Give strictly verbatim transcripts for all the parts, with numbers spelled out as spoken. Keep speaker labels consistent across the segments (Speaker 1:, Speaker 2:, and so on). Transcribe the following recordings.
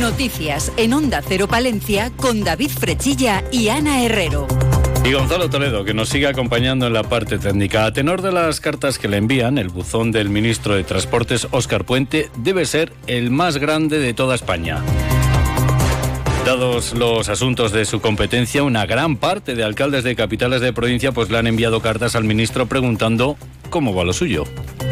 Speaker 1: Noticias en Onda Cero Palencia con David Frechilla y Ana Herrero.
Speaker 2: Y Gonzalo Toledo, que nos sigue acompañando en la parte técnica. A tenor de las cartas que le envían, el buzón del ministro de Transportes, Óscar Puente, debe ser el más grande de toda España. Dados los asuntos de su competencia, una gran parte de alcaldes de capitales de provincia pues le han enviado cartas al ministro preguntando cómo va lo suyo.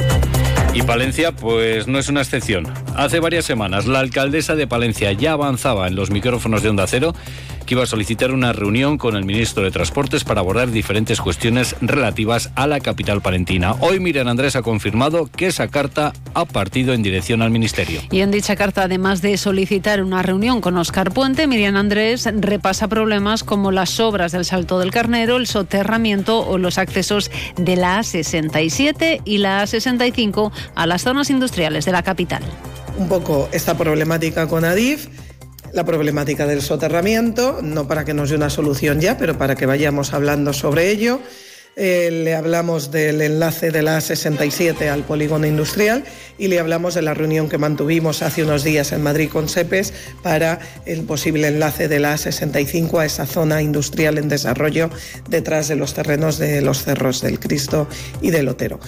Speaker 2: Y Palencia, pues no es una excepción. Hace varias semanas, la alcaldesa de Palencia ya avanzaba en los micrófonos de Onda Cero que iba a solicitar una reunión con el ministro de Transportes para abordar diferentes cuestiones relativas a la capital palentina. Hoy Miriam Andrés ha confirmado que esa carta ha partido en dirección al ministerio.
Speaker 3: Y en dicha carta, además de solicitar una reunión con Óscar Puente, Miriam Andrés repasa problemas como las obras del Salto del Carnero, el soterramiento o los accesos de la A sesenta y siete y la A sesenta y cinco a las zonas industriales de la capital.
Speaker 4: Un poco esta problemática con Adif, la problemática del soterramiento, no para que nos dé una solución ya, pero para que vayamos hablando sobre ello. Eh, le hablamos del enlace de la A sesenta y siete al polígono industrial y le hablamos de la reunión que mantuvimos hace unos días en Madrid con SEPES para el posible enlace de la A sesenta y cinco a esa zona industrial en desarrollo detrás de los terrenos de los Cerros del Cristo y del Otero.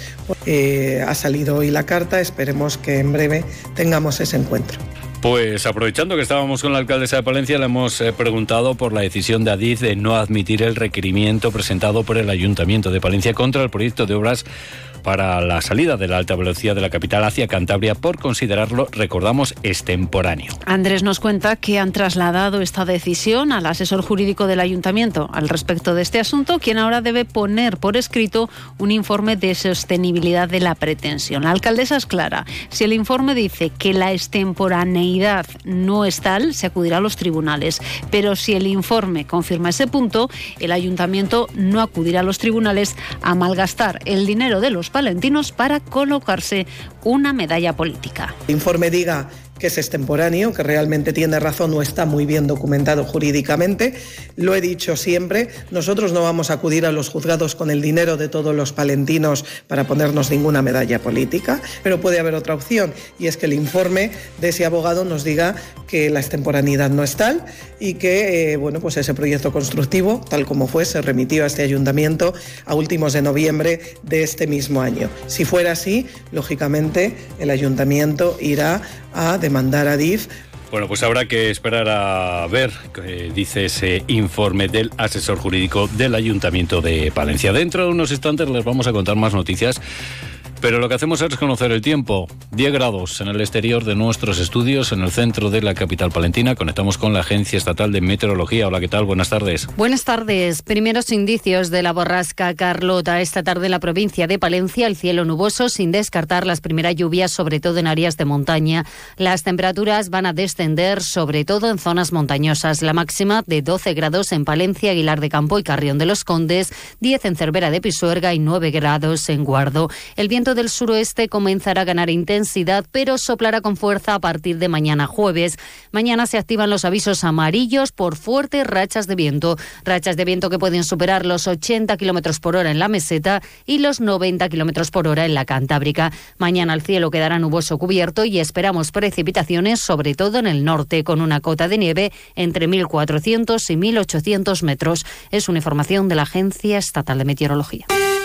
Speaker 4: Eh, ha salido hoy la carta, esperemos que en breve tengamos ese encuentro.
Speaker 2: Pues aprovechando que estábamos con la alcaldesa de Palencia, le hemos eh, preguntado por la decisión de Adif de no admitir el requerimiento presentado por el Ayuntamiento de Palencia contra el proyecto de obras para la salida de la alta velocidad de la capital hacia Cantabria por considerarlo, recordamos, extemporáneo.
Speaker 3: Andrés nos cuenta que han trasladado esta decisión al asesor jurídico del Ayuntamiento al respecto de este asunto, quien ahora debe poner por escrito un informe de sostenibilidad de la pretensión. La alcaldesa es clara: si el informe dice que la extemporaneidad no es tal, se acudirá a los tribunales, pero si el informe confirma ese punto, el Ayuntamiento no acudirá a los tribunales a malgastar el dinero de los palentinos para colocarse una medalla política.
Speaker 4: El informe diga que es extemporáneo, que realmente tiene razón o está muy bien documentado jurídicamente. Lo he dicho siempre, nosotros no vamos a acudir a los juzgados con el dinero de todos los palentinos para ponernos ninguna medalla política, pero puede haber otra opción, y es que el informe de ese abogado nos diga que la extemporaneidad no es tal y que eh, bueno, pues ese proyecto constructivo, tal como fue, se remitió a este ayuntamiento a últimos de noviembre de este mismo año. Si fuera así, lógicamente el ayuntamiento irá a demandar a Adif.
Speaker 2: Bueno, pues habrá que esperar a ver qué dice ese informe del asesor jurídico del Ayuntamiento de Palencia. Dentro de unos instantes les vamos a contar más noticias, pero lo que hacemos es conocer el tiempo. diez grados en el exterior de nuestros estudios, en el centro de la capital palentina. Conectamos con la Agencia Estatal de Meteorología. Hola, ¿qué tal? Buenas tardes.
Speaker 5: Buenas tardes. Primeros indicios de la borrasca Carlota. Esta tarde en la provincia de Palencia, el cielo nuboso, sin descartar las primeras lluvias, sobre todo en áreas de montaña. Las temperaturas van a descender, sobre todo en zonas montañosas. La máxima de doce grados en Palencia, Aguilar de Campo y Carrión de los Condes, diez en Cervera de Pisuerga y nueve grados en Guardo. El viento del suroeste comenzará a ganar intensidad, pero soplará con fuerza a partir de mañana jueves. Mañana se activan los avisos amarillos por fuertes rachas de viento. Rachas de viento que pueden superar los ochenta kilómetros por hora en la meseta y los noventa kilómetros por hora en la Cantábrica. Mañana el cielo quedará nuboso cubierto y esperamos precipitaciones, sobre todo en el norte, con una cota de nieve entre mil cuatrocientos y mil ochocientos metros. Es una información de la Agencia Estatal de Meteorología.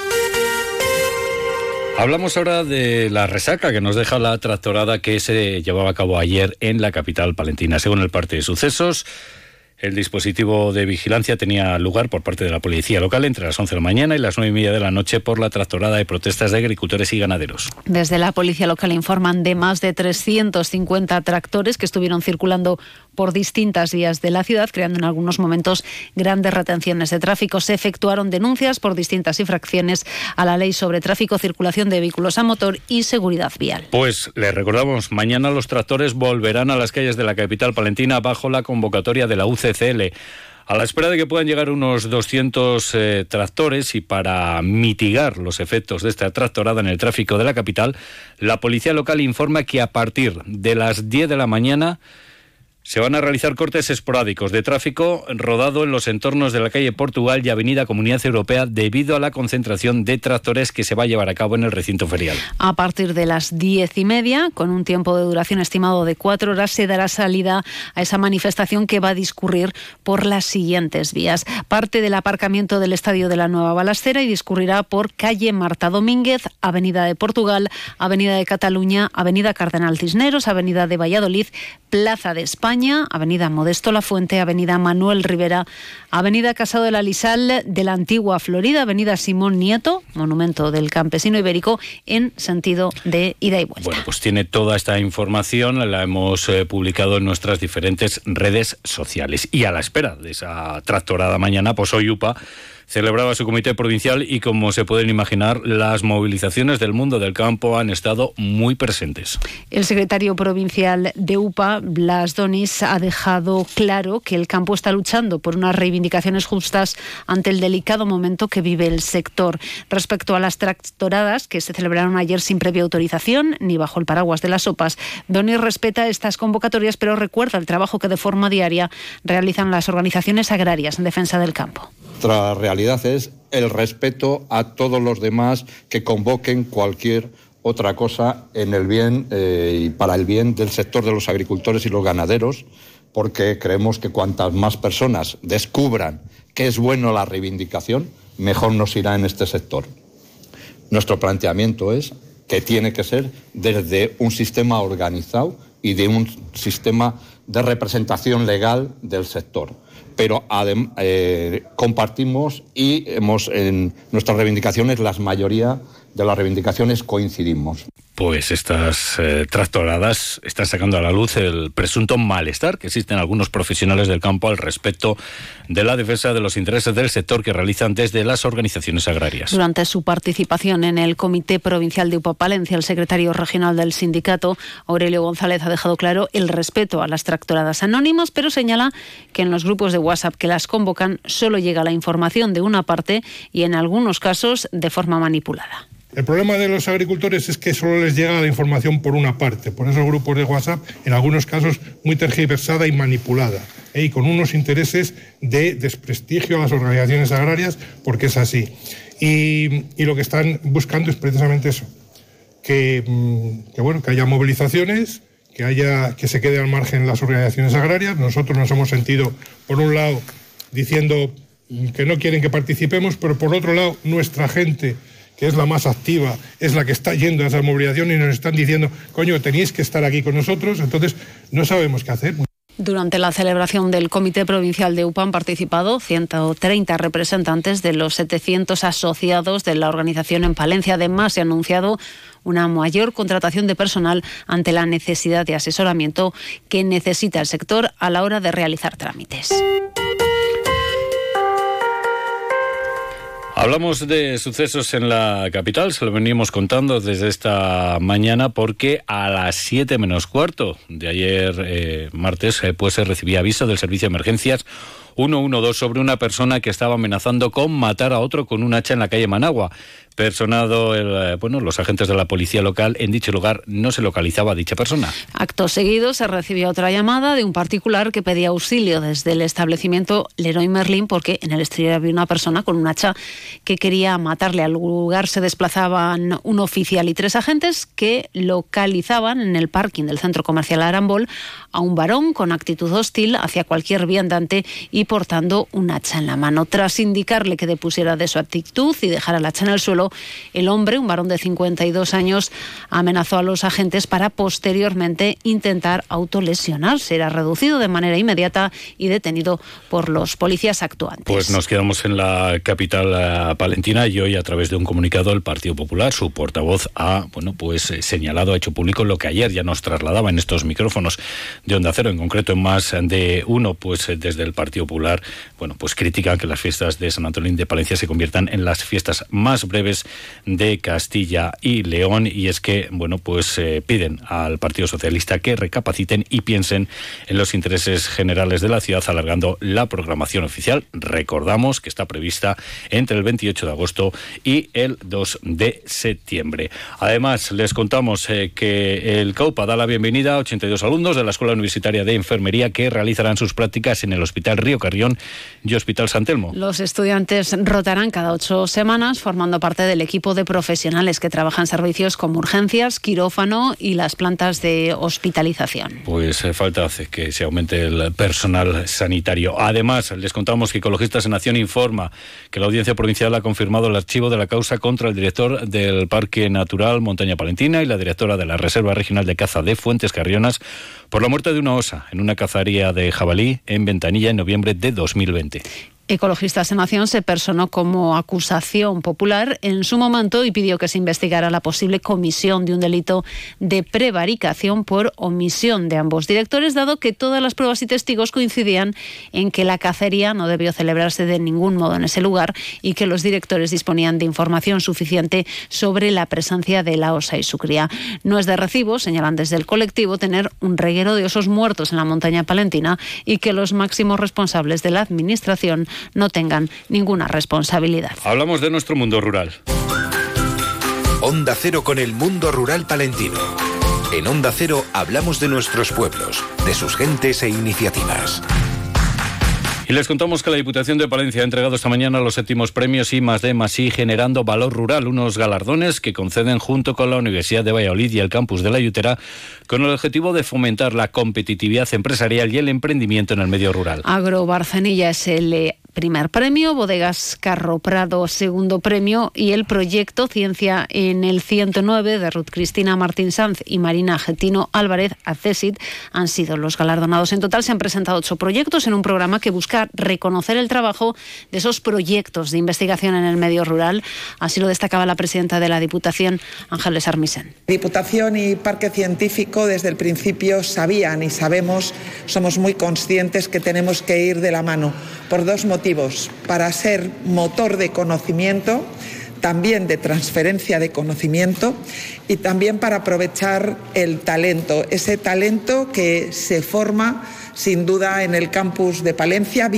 Speaker 2: Hablamos ahora de la resaca que nos deja la tractorada que se llevaba a cabo ayer en la capital palentina. Según el parte de sucesos, el dispositivo de vigilancia tenía lugar por parte de la policía local entre las once de la mañana y las nueve y media de la noche por la tractorada de protestas de agricultores y ganaderos.
Speaker 3: Desde la policía local informan de más de trescientos cincuenta tractores que estuvieron circulando por distintas vías de la ciudad, creando en algunos momentos grandes retenciones de tráfico. Se efectuaron denuncias por distintas infracciones a la ley sobre tráfico, circulación de vehículos a motor y seguridad vial.
Speaker 2: Pues les recordamos, mañana los tractores volverán a las calles de la capital palentina bajo la convocatoria de la U C C L. A la espera de que puedan llegar unos doscientos eh, tractores y para mitigar los efectos de esta tractorada en el tráfico de la capital, la policía local informa que a partir de las diez de la mañana Se van a realizar cortes esporádicos de tráfico rodado en los entornos de la calle Portugal y Avenida Comunidad Europea debido a la concentración de tractores que se va a llevar a cabo en el recinto ferial.
Speaker 3: A partir de las diez y media, con un tiempo de duración estimado de cuatro horas, se dará salida a esa manifestación que va a discurrir por las siguientes vías. Parte del aparcamiento del Estadio de la Nueva Balastera y discurrirá por calle Marta Domínguez, Avenida de Portugal, Avenida de Cataluña, Avenida Cardenal Cisneros, Avenida de Valladolid, Plaza de España, Avenida Modesto Lafuente, Avenida Manuel Rivera, Avenida Casado de la Lisal de la Antigua Florida, Avenida Simón Nieto, Monumento del Campesino Ibérico, en sentido de ida y vuelta.
Speaker 2: Bueno, pues tiene toda esta información, la hemos eh, publicado en nuestras diferentes redes sociales. Y a la espera de esa tractorada mañana, pues hoy U P A celebraba su comité provincial y, como se pueden imaginar, las movilizaciones del mundo del campo han estado muy presentes.
Speaker 3: El secretario provincial de U P A, Blas Donis, ha dejado claro que el campo está luchando por unas reivindicaciones justas ante el delicado momento que vive el sector. Respecto a las tractoradas que se celebraron ayer sin previa autorización ni bajo el paraguas de las O P As, Donis respeta estas convocatorias, pero recuerda el trabajo que de forma diaria realizan las organizaciones agrarias en defensa del campo.
Speaker 6: Nuestra realidad es el respeto a todos los demás que convoquen cualquier otra cosa en el bien eh, y para el bien del sector de los agricultores y los ganaderos, porque creemos que cuantas más personas descubran que es bueno la reivindicación, mejor nos irá en este sector. Nuestro planteamiento es que tiene que ser desde un sistema organizado y de un sistema de representación legal del sector. Pero adem- eh, compartimos y hemos en nuestras reivindicaciones, la mayoría de las reivindicaciones coincidimos.
Speaker 2: Pues estas eh, tractoradas están sacando a la luz el presunto malestar que existen algunos profesionales del campo al respecto de la defensa de los intereses del sector que realizan desde las organizaciones agrarias.
Speaker 3: Durante su participación en el Comité Provincial de U P A Palencia, el secretario regional del sindicato, Aurelio González, ha dejado claro el respeto a las tractoradas anónimas, pero señala que en los grupos de WhatsApp que las convocan solo llega la información de una parte y en algunos casos de forma manipulada.
Speaker 7: El problema de los agricultores es que solo les llega la información por una parte, por esos grupos de WhatsApp, en algunos casos muy tergiversada y manipulada, ¿eh? y con unos intereses de desprestigio a las organizaciones agrarias, porque es así. Y, y lo que están buscando es precisamente eso, que, que, bueno, que haya movilizaciones, que, haya, que se quede al margen las organizaciones agrarias. Nosotros nos hemos sentido, por un lado, diciendo que no quieren que participemos, pero por otro lado, nuestra gente, que es la más activa, es la que está yendo a esa movilización y nos están diciendo, coño, tenéis que estar aquí con nosotros, entonces no sabemos qué hacer.
Speaker 3: Durante la celebración del Comité Provincial de U P A han participado ciento treinta representantes de los setecientos asociados de la organización en Palencia. Además, se ha anunciado una mayor contratación de personal ante la necesidad de asesoramiento que necesita el sector a la hora de realizar trámites.
Speaker 2: Hablamos de sucesos en la capital, se lo venimos contando desde esta mañana porque a las siete menos cuarto de ayer eh, martes eh, pues se recibía aviso del Servicio de Emergencias ciento doce sobre una persona que estaba amenazando con matar a otro con un hacha en la calle Managua. Personado el, bueno, los agentes de la policía local, en dicho lugar no se localizaba a dicha persona.
Speaker 3: Acto seguido se recibió otra llamada de un particular que pedía auxilio desde el establecimiento Leroy Merlin porque en el exterior había una persona con un hacha que quería matarle. Al lugar se desplazaban un oficial y tres agentes que localizaban en el parking del centro comercial Arambol a un varón con actitud hostil hacia cualquier viandante y portando un hacha en la mano. Tras indicarle que depusiera de su actitud y dejara el hacha en el suelo, el hombre, un varón de cincuenta y dos años, amenazó a los agentes para posteriormente intentar autolesionarse. Era reducido de manera inmediata y detenido por los policías actuantes.
Speaker 2: Pues nos quedamos en la capital uh, palentina y hoy, a través de un comunicado, el Partido Popular, su portavoz, ha bueno pues eh, señalado, ha hecho público lo que ayer ya nos trasladaba en estos micrófonos de Onda Cero, en concreto en más de uno, pues eh, desde el Partido Popular, bueno, pues critican que las fiestas de San Antolín de Palencia se conviertan en las fiestas más breves Cortes de Castilla y León, y es que, bueno, pues eh, piden al Partido Socialista que recapaciten y piensen en los intereses generales de la ciudad, alargando la programación oficial. Recordamos que está prevista entre el veintiocho de agosto y el dos de septiembre. Además, les contamos eh, que el CAUPA da la bienvenida a ochenta y dos alumnos de la Escuela Universitaria de Enfermería que realizarán sus prácticas en el Hospital Río Carrión y Hospital San Telmo.
Speaker 3: Los estudiantes rotarán cada ocho semanas formando parte del equipo de profesionales que trabajan servicios como urgencias, quirófano y las plantas de hospitalización.
Speaker 2: Pues eh, falta hace que se aumente el personal sanitario. Además, les contamos que Ecologistas en Acción informa que la Audiencia Provincial ha confirmado el archivo de la causa contra el director del Parque Natural Montaña Palentina y la directora de la Reserva Regional de Caza de Fuentes Carrionas por la muerte de una osa en una cacería de jabalí en Ventanilla en noviembre de dos mil veinte.
Speaker 3: Ecologistas en Acción se personó como acusación popular en su momento y pidió que se investigara la posible comisión de un delito de prevaricación por omisión de ambos directores, dado que todas las pruebas y testigos coincidían en que la cacería no debió celebrarse de ningún modo en ese lugar y que los directores disponían de información suficiente sobre la presencia de la osa y su cría. No es de recibo, señalan desde el colectivo, tener un reguero de osos muertos en la montaña palentina y que los máximos responsables de la administración no tengan ninguna responsabilidad.
Speaker 2: Hablamos de nuestro mundo rural.
Speaker 8: Onda Cero con el mundo rural palentino. En Onda Cero hablamos de nuestros pueblos, de sus gentes e iniciativas.
Speaker 2: Y les contamos que la Diputación de Palencia ha entregado esta mañana los séptimos premios I más D más I Generando Valor Rural, unos galardones que conceden junto con la Universidad de Valladolid y el campus de La Yutera con el objetivo de fomentar la competitividad empresarial y el emprendimiento en el medio rural.
Speaker 3: Agro Barcenilla es el primer premio, Bodegas Carro Prado segundo premio y el proyecto Ciencia en el ciento nueve de Ruth Cristina Martín Sanz y Marina Getino Álvarez, ACESID, han sido los galardonados. En total se han presentado ocho proyectos en un programa que busca reconocer el trabajo de esos proyectos de investigación en el medio rural. Así lo destacaba la presidenta de la Diputación, Ángeles Armisen.
Speaker 9: Diputación y Parque Científico desde el principio sabían y sabemos, somos muy conscientes que tenemos que ir de la mano por dos motivos. Para ser motor de conocimiento, también de transferencia de conocimiento y también para aprovechar el talento, ese talento que se forma sin duda en el campus de Palencia.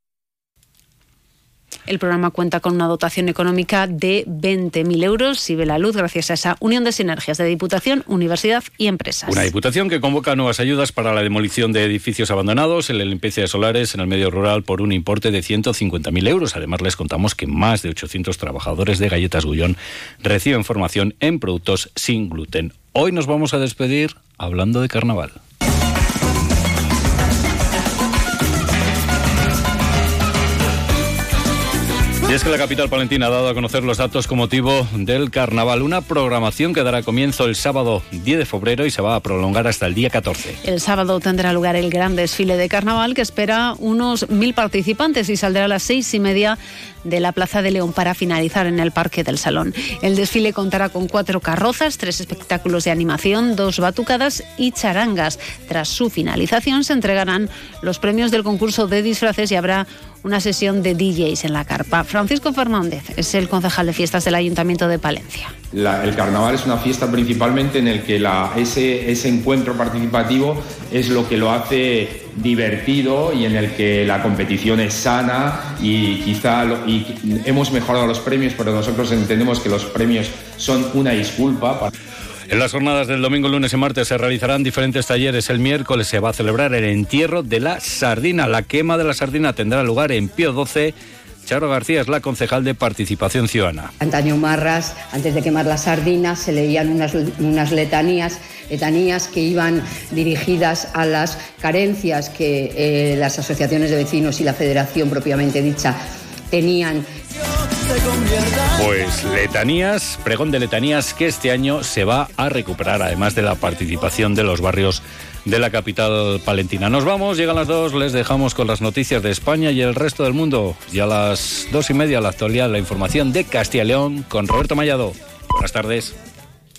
Speaker 3: El programa cuenta con una dotación económica de veinte mil euros y ve la luz gracias a esa unión de sinergias de Diputación, Universidad y empresas.
Speaker 2: Una Diputación que convoca nuevas ayudas para la demolición de edificios abandonados, en la limpieza de solares en el medio rural por un importe de ciento cincuenta mil euros. Además, les contamos que más de ochocientos trabajadores de Galletas Gullón reciben formación en productos sin gluten. Hoy nos vamos a despedir hablando de carnaval. Y es que la capital palentina ha dado a conocer los datos con motivo del carnaval, una programación que dará comienzo el sábado diez de febrero y se va a prolongar hasta el día catorce.
Speaker 3: El sábado tendrá lugar el gran desfile de carnaval que espera unos mil participantes y saldrá a las seis y media de la Plaza de León para finalizar en el Parque del Salón. El desfile contará con cuatro carrozas, tres espectáculos de animación, dos batucadas y charangas. Tras su finalización se entregarán los premios del concurso de disfraces y habrá una sesión de D Js en la carpa. Francisco Fernández es el concejal de fiestas del Ayuntamiento de Palencia.
Speaker 10: La, el carnaval es una fiesta principalmente en el que la, ese, ese encuentro participativo es lo que lo hace divertido y en el que la competición es sana y quizá lo, y hemos mejorado los premios, pero nosotros entendemos que los premios son una disculpa para...
Speaker 2: En las jornadas del domingo, lunes y martes se realizarán diferentes talleres. El miércoles se va a celebrar el entierro de la sardina. La quema de la sardina tendrá lugar en Pío doce. Charo García es la concejal de Participación Ciudadana.
Speaker 11: Antaño Marras, antes de quemar las sardinas, se leían unas, unas letanías, letanías que iban dirigidas a las carencias que eh, las asociaciones de vecinos y la federación propiamente dicha tenían.
Speaker 2: Pues letanías, pregón de letanías que este año se va a recuperar, además de la participación de los barrios de la capital palentina. Nos vamos, llegan las dos, les dejamos con las noticias de España y el resto del mundo. Y a las dos y media la actualidad, la información de Castilla y León con Roberto Mallado. Buenas tardes.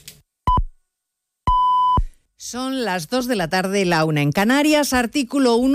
Speaker 12: Son las dos de la tarde, la una en Canarias, artículo uno.